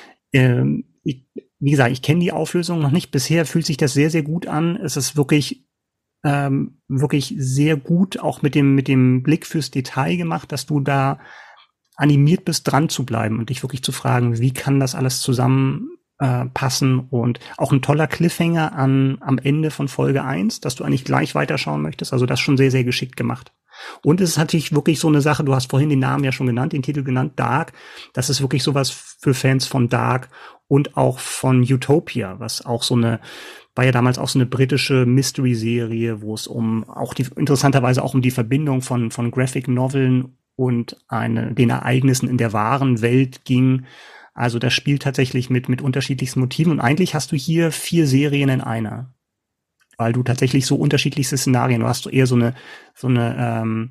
Ähm, ich, wie gesagt, ich kenne die Auflösung noch nicht. Bisher fühlt sich das sehr, sehr gut an. Es ist wirklich, ähm, wirklich sehr gut, auch mit dem, mit dem Blick fürs Detail gemacht, dass du da animiert bist, dran zu bleiben und dich wirklich zu fragen, wie kann das alles zusammen passen und auch ein toller Cliffhanger an, am Ende von Folge eins, dass du eigentlich gleich weiterschauen möchtest. Also das schon sehr, sehr geschickt gemacht. Und es ist natürlich wirklich so eine Sache, du hast vorhin den Namen ja schon genannt, den Titel genannt, Dark. Das ist wirklich sowas für Fans von Dark und auch von Utopia, was auch so eine, war ja damals auch so eine britische Mystery-Serie, wo es um, auch die, interessanterweise auch um die Verbindung von, von Graphic Noveln und eine, den Ereignissen in der wahren Welt ging. Also das spielt tatsächlich mit mit unterschiedlichsten Motiven und eigentlich hast du hier vier Serien in einer, weil du tatsächlich so unterschiedlichste Szenarien, du hast eher so eine so eine ähm,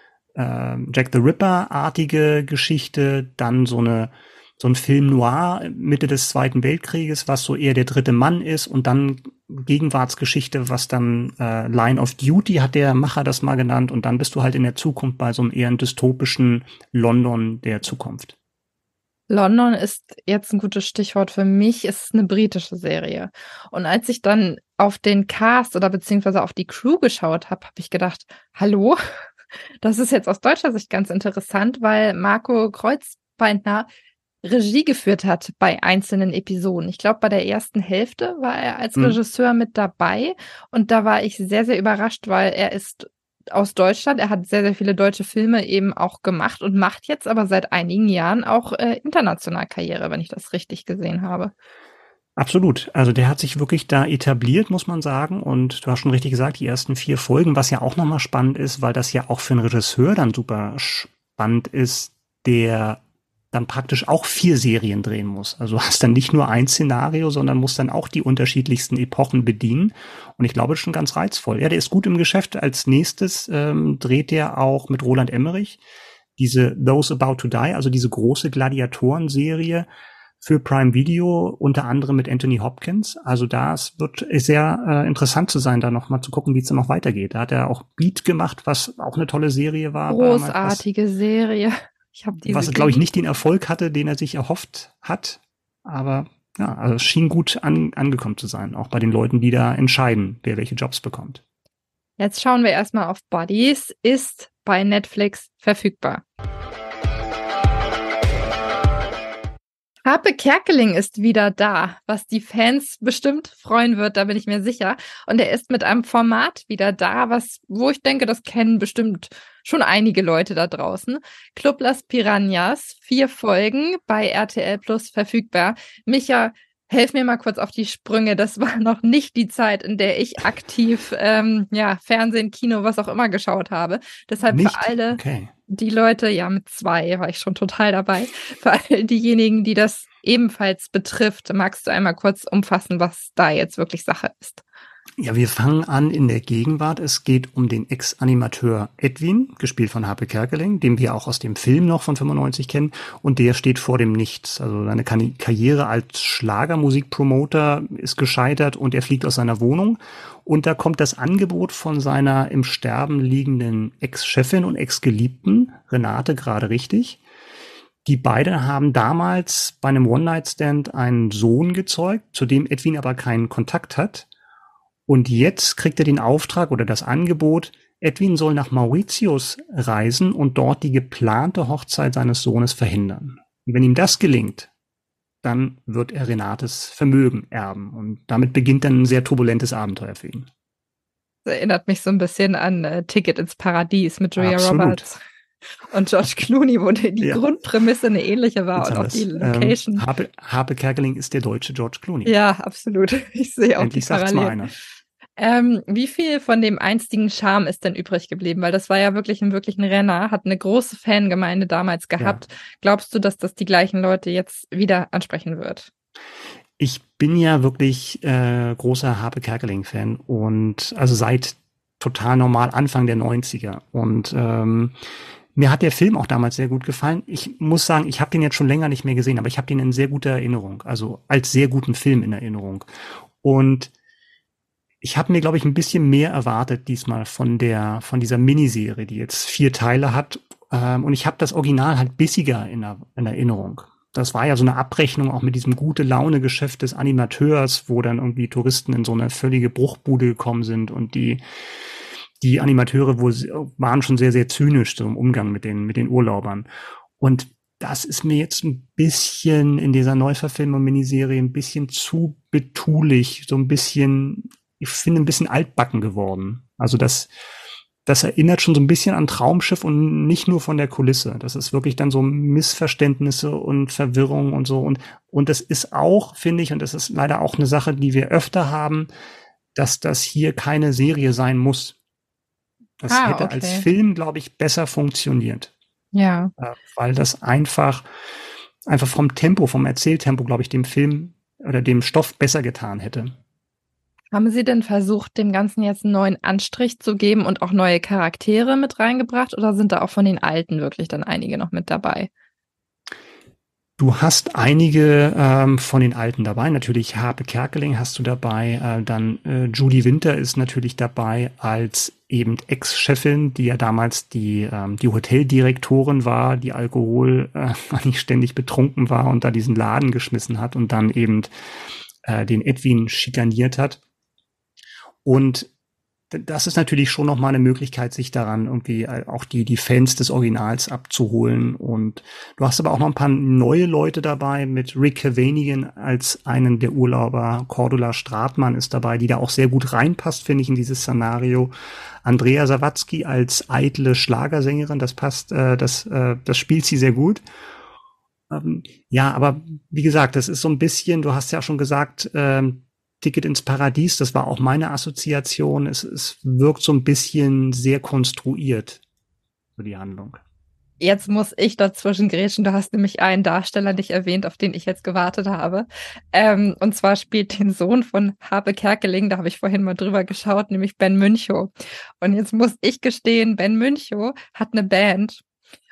äh, Jack the Ripper-artige Geschichte, dann so eine so ein Film Noir Mitte des Zweiten Weltkrieges, was so eher der dritte Mann ist und dann Gegenwartsgeschichte, was dann äh, Line of Duty hat der Macher das mal genannt und dann bist du halt in der Zukunft bei so einem eher dystopischen London der Zukunft. London ist jetzt ein gutes Stichwort für mich. Es ist eine britische Serie. Und als ich dann auf den Cast oder beziehungsweise auf die Crew geschaut habe, habe ich gedacht, hallo? Das ist jetzt aus deutscher Sicht ganz interessant, weil Marco Kreuzbeitner Regie geführt hat bei einzelnen Episoden. Ich glaube, bei der ersten Hälfte war er als Regisseur hm. mit dabei. Und da war ich sehr, sehr überrascht, weil er ist aus Deutschland. Er hat sehr, sehr viele deutsche Filme eben auch gemacht und macht jetzt aber seit einigen Jahren auch äh, international Karriere, wenn ich das richtig gesehen habe. Absolut. Also der hat sich wirklich da etabliert, muss man sagen. Und du hast schon richtig gesagt, die ersten vier Folgen, was ja auch nochmal spannend ist, weil das ja auch für einen Regisseur dann super spannend ist, der dann praktisch auch vier Serien drehen muss. Also du hast dann nicht nur ein Szenario, sondern musst dann auch die unterschiedlichsten Epochen bedienen. Und ich glaube, das ist schon ganz reizvoll. Ja, der ist gut im Geschäft. Als nächstes ähm, dreht er auch mit Roland Emmerich diese Those About to Die, also diese große Gladiatoren-Serie. für Prime Video, unter anderem mit Anthony Hopkins. Also das wird sehr äh, interessant zu sein, da noch mal zu gucken, wie es dann noch weitergeht. Da hat er auch Beat gemacht, was auch eine tolle Serie war. Großartige was, Serie. Ich habe diese Was, glaube ich, nicht den Erfolg hatte, den er sich erhofft hat. Aber ja, also es schien gut an, angekommen zu sein, auch bei den Leuten, die da entscheiden, wer welche Jobs bekommt. Jetzt schauen wir erstmal auf Buddies. Ist bei Netflix verfügbar. Harpe Kerkeling ist wieder da, was die Fans bestimmt freuen wird, da bin ich mir sicher. Und er ist mit einem Format wieder da, was, wo ich denke, das kennen bestimmt schon einige Leute da draußen. Club Las Piranhas, vier Folgen bei R T L Plus verfügbar. Micha, helf mir mal kurz auf die Sprünge. Das war noch nicht die Zeit, in der ich aktiv ähm, ja Fernsehen, Kino, was auch immer geschaut habe. Deshalb nicht? Für alle okay. Die Leute, ja mit zwei war ich schon total dabei. Für all diejenigen, die das ebenfalls betrifft, magst du einmal kurz umfassen, was da jetzt wirklich Sache ist? Ja, wir fangen an in der Gegenwart. Es geht um den Ex-Animateur Edwin, gespielt von Harpe Kerkeling, den wir auch aus dem Film noch von fünfundneunzig kennen. Und der steht vor dem Nichts. Also seine Karriere als Schlagermusikpromoter ist gescheitert und er fliegt aus seiner Wohnung. Und da kommt das Angebot von seiner im Sterben liegenden Ex-Chefin und Ex-Geliebten, Renate, gerade richtig. Die beiden haben damals bei einem One-Night-Stand einen Sohn gezeugt, zu dem Edwin aber keinen Kontakt hat. Und jetzt kriegt er den Auftrag oder das Angebot, Edwin soll nach Mauritius reisen und dort die geplante Hochzeit seines Sohnes verhindern. Und wenn ihm das gelingt, dann wird er Renates Vermögen erben. Und damit beginnt dann ein sehr turbulentes Abenteuer für ihn. Das erinnert mich so ein bisschen an äh, Ticket ins Paradies mit Julia Absolut. Roberts und George Clooney, wo die, die ja. Grundprämisse eine ähnliche war Jetzt und auch die Location. Ähm, Harpe, Harpe Kerkeling ist der deutsche George Clooney. Ja, absolut. Ich sehe auch Endlich die Parallelen. sagt's mal einer. Ähm, wie viel von dem einstigen Charme ist denn übrig geblieben? Weil das war ja wirklich ein, wirklich ein Renner, hat eine große Fangemeinde damals gehabt. Ja. Glaubst du, dass das die gleichen Leute jetzt wieder ansprechen wird? Ich bin ja wirklich äh, großer Harpe Kerkeling-Fan und also seit total normal Anfang der neunziger. Und ähm, mir hat der Film auch damals sehr gut gefallen. Ich muss sagen, ich habe den jetzt schon länger nicht mehr gesehen, aber ich habe den in sehr guter Erinnerung, also als sehr guten Film in Erinnerung. Und ich habe mir, glaube ich, ein bisschen mehr erwartet diesmal von der von dieser Miniserie, die jetzt vier Teile hat. Ähm, und ich habe das Original halt bissiger in, der, in Erinnerung. Das war ja so eine Abrechnung auch mit diesem Gute-Laune-Geschäft des Animateurs, wo dann irgendwie Touristen in so eine völlige Bruchbude gekommen sind und die die Animateure wo sie, waren schon sehr, sehr zynisch so im Umgang mit den mit den Urlaubern. Und das ist mir jetzt ein bisschen in dieser Neuverfilmung-Miniserie ein bisschen zu betulich, so ein bisschen, ich finde, ein bisschen altbacken geworden. Also das, das erinnert schon so ein bisschen an Traumschiff und nicht nur von der Kulisse. Das ist wirklich dann so Missverständnisse und Verwirrung und so. Und, und das ist auch, finde ich, und das ist leider auch eine Sache, die wir öfter haben, dass das hier keine Serie sein muss. Das ah, hätte okay. als Film, glaube ich, besser funktioniert. Ja. Äh, weil das einfach, einfach vom Tempo, vom Erzähltempo, glaube ich, dem Film oder dem Stoff besser getan hätte. Haben Sie denn versucht, dem Ganzen jetzt einen neuen Anstrich zu geben und auch neue Charaktere mit reingebracht oder sind da auch von den Alten wirklich dann einige noch mit dabei? Du hast einige ähm, von den Alten dabei. Natürlich Harpe Kerkeling hast du dabei. Äh, dann äh, Judy Winter ist natürlich dabei als eben Ex-Chefin, die ja damals die ähm, die Hoteldirektorin war, die Alkohol äh, nicht ständig betrunken war und da diesen Laden geschmissen hat und dann eben äh, den Edwin schikaniert hat. Und das ist natürlich schon noch mal eine Möglichkeit, sich daran irgendwie auch die die Fans des Originals abzuholen. Und du hast aber auch noch ein paar neue Leute dabei mit Rick Cavanian als einen der Urlauber. Cordula Stratmann ist dabei, die da auch sehr gut reinpasst, finde ich, in dieses Szenario. Andrea Sawatzki als eitle Schlagersängerin, das passt, äh, das äh, das spielt sie sehr gut. Ähm, ja, aber wie gesagt, das ist so ein bisschen, du hast ja schon gesagt, ähm, Ticket ins Paradies, das war auch meine Assoziation. Es, es wirkt so ein bisschen sehr konstruiert, so die Handlung. Jetzt muss ich dazwischen grätschen. Du hast nämlich einen Darsteller nicht erwähnt, auf den ich jetzt gewartet habe. Ähm, und zwar spielt den Sohn von Harpe Kerkeling, da habe ich vorhin mal drüber geschaut, nämlich Ben Münchow. Und jetzt muss ich gestehen, Ben Münchow hat eine Band.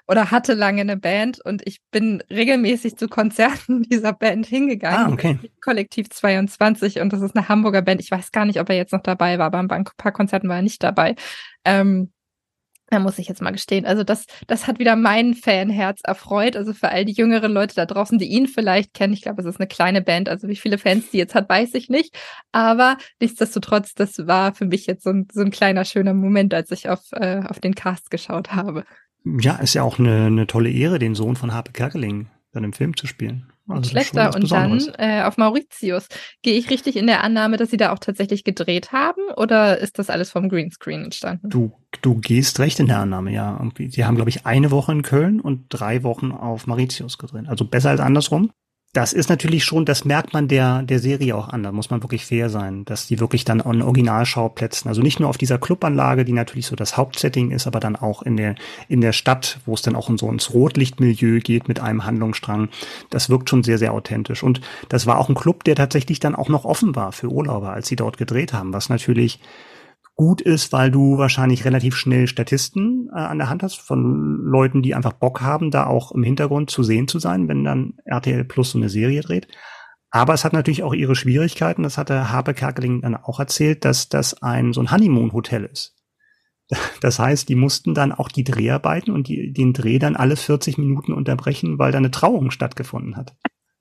oder hatte lange eine Band und ich bin regelmäßig zu Konzerten dieser Band hingegangen. Ah, okay. Kollektiv zweiundzwanzig und das ist eine Hamburger Band. Ich weiß gar nicht, ob er jetzt noch dabei war, aber bei ein paar Konzerten war er nicht dabei. Ähm, Da muss ich jetzt mal gestehen. Also das, das hat wieder mein Fanherz erfreut. Also für all die jüngeren Leute da draußen, die ihn vielleicht kennen. Ich glaube, es ist eine kleine Band. Also wie viele Fans die jetzt hat, weiß ich nicht. Aber nichtsdestotrotz, das war für mich jetzt so ein, so ein kleiner, schöner Moment, als ich auf, äh, auf den Cast geschaut habe. Ja, ist ja auch eine, eine tolle Ehre, den Sohn von Harpe Kerkeling dann im Film zu spielen. Also schlechter. Und dann äh, auf Mauritius. Gehe ich richtig in der Annahme, dass sie da auch tatsächlich gedreht haben? Oder ist das alles vom Greenscreen entstanden? Du, du gehst recht in der Annahme, ja. Irgendwie. Sie haben, glaube ich, eine Woche in Köln und drei Wochen auf Mauritius gedreht. Also besser als andersrum. Das ist natürlich schon, das merkt man der, der Serie auch an. Da muss man wirklich fair sein, dass die wirklich dann an Originalschauplätzen, also nicht nur auf dieser Clubanlage, die natürlich so das Hauptsetting ist, aber dann auch in der, in der Stadt, wo es dann auch in so ins Rotlichtmilieu geht mit einem Handlungsstrang. Das wirkt schon sehr, sehr authentisch. Und das war auch ein Club, der tatsächlich dann auch noch offen war für Urlauber, als sie dort gedreht haben, was natürlich gut ist, weil du wahrscheinlich relativ schnell Statisten äh, an der Hand hast von Leuten, die einfach Bock haben, da auch im Hintergrund zu sehen zu sein, wenn dann R T L Plus so eine Serie dreht. Aber es hat natürlich auch ihre Schwierigkeiten. Das hatte Harpe Kerkeling dann auch erzählt, dass das ein so ein Honeymoon-Hotel ist. Das heißt, die mussten dann auch die Dreharbeiten und die, den Dreh dann alle vierzig Minuten unterbrechen, weil da eine Trauung stattgefunden hat.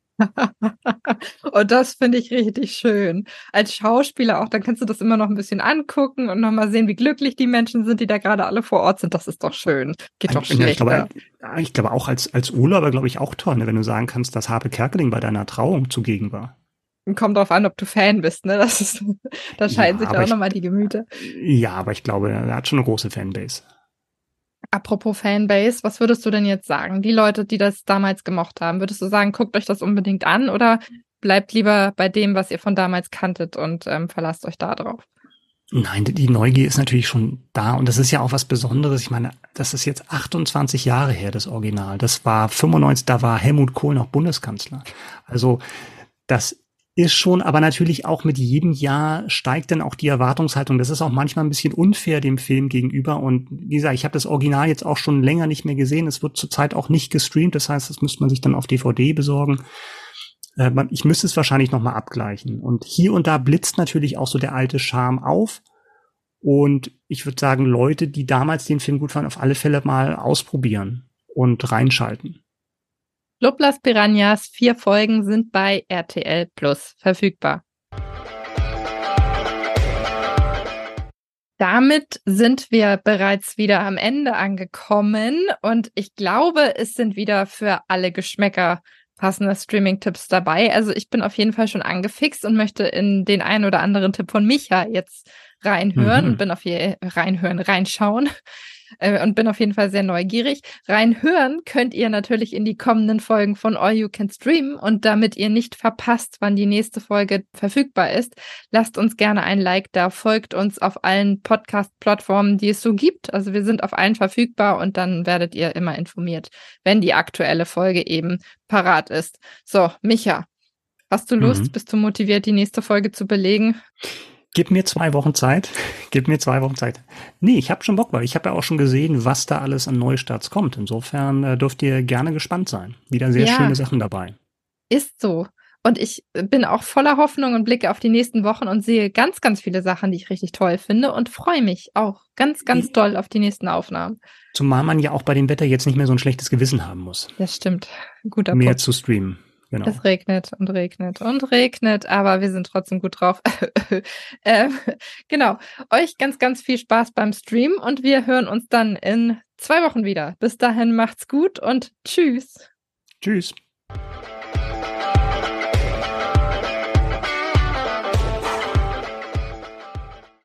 Und das finde ich richtig schön. Als Schauspieler auch, dann kannst du das immer noch ein bisschen angucken und nochmal sehen, wie glücklich die Menschen sind, die da gerade alle vor Ort sind. Das ist doch schön. Geht doch schlecht. Ich glaube, ich glaube auch als, als Urlauber, glaube ich, auch toll, ne, wenn du sagen kannst, dass Harpe Kerkeling bei deiner Trauung zugegen war. Kommt drauf an, ob du Fan bist, ne? Das ist, da scheiden ja, sich da auch nochmal die Gemüter. Ja, aber ich glaube, er hat schon eine große Fanbase. Apropos Fanbase, was würdest du denn jetzt sagen? Die Leute, die das damals gemocht haben, würdest du sagen, guckt euch das unbedingt an oder bleibt lieber bei dem, was ihr von damals kanntet und ähm, verlasst euch da drauf? Nein, die Neugier ist natürlich schon da und das ist ja auch was Besonderes. Ich meine, das ist jetzt achtundzwanzig Jahre her, das Original. Das war fünfundneunzig, da war Helmut Kohl noch Bundeskanzler. Also das ist schon, aber natürlich auch mit jedem Jahr steigt dann auch die Erwartungshaltung. Das ist auch manchmal ein bisschen unfair dem Film gegenüber. Und wie gesagt, ich habe das Original jetzt auch schon länger nicht mehr gesehen. Es wird zurzeit auch nicht gestreamt. Das heißt, das müsste man sich dann auf D V D besorgen. Äh, ich müsste es wahrscheinlich noch mal abgleichen. Und hier und da blitzt natürlich auch so der alte Charme auf. Und ich würde sagen, Leute, die damals den Film gut fanden, auf alle Fälle mal ausprobieren und reinschalten. Club Las Piranhas, vier Folgen sind bei R T L Plus verfügbar. Damit sind wir bereits wieder am Ende angekommen und ich glaube, es sind wieder für alle Geschmäcker passende Streaming-Tipps dabei. Also ich bin auf jeden Fall schon angefixt und möchte in den einen oder anderen Tipp von Micha jetzt reinhören mhm. und bin auf hier reinhören, reinschauen. Und bin auf jeden Fall sehr neugierig. Reinhören könnt ihr natürlich in die kommenden Folgen von All You Can Stream. Und damit ihr nicht verpasst, wann die nächste Folge verfügbar ist, lasst uns gerne ein Like da. Folgt uns auf allen Podcast-Plattformen, die es so gibt. Also wir sind auf allen verfügbar und dann werdet ihr immer informiert, wenn die aktuelle Folge eben parat ist. So, Micha, hast du Lust? Mhm. Bist du motiviert, die nächste Folge zu belegen? Gib mir zwei Wochen Zeit. Gib mir zwei Wochen Zeit. Nee, ich habe schon Bock, weil ich habe ja auch schon gesehen, was da alles an Neustarts kommt. Insofern äh, dürft ihr gerne gespannt sein. Wieder sehr ja, schöne Sachen dabei. Ist so. Und ich bin auch voller Hoffnung und blicke auf die nächsten Wochen und sehe ganz, ganz viele Sachen, die ich richtig toll finde und freue mich auch ganz, ganz doll auf die nächsten Aufnahmen. Zumal man ja auch bei dem Wetter jetzt nicht mehr so ein schlechtes Gewissen haben muss. Das stimmt. Guter Mehr Punkt. zu streamen. Genau. Es regnet und regnet und regnet, aber wir sind trotzdem gut drauf. äh, genau. Euch ganz, ganz viel Spaß beim Stream und wir hören uns dann in zwei Wochen wieder. Bis dahin macht's gut und tschüss. Tschüss.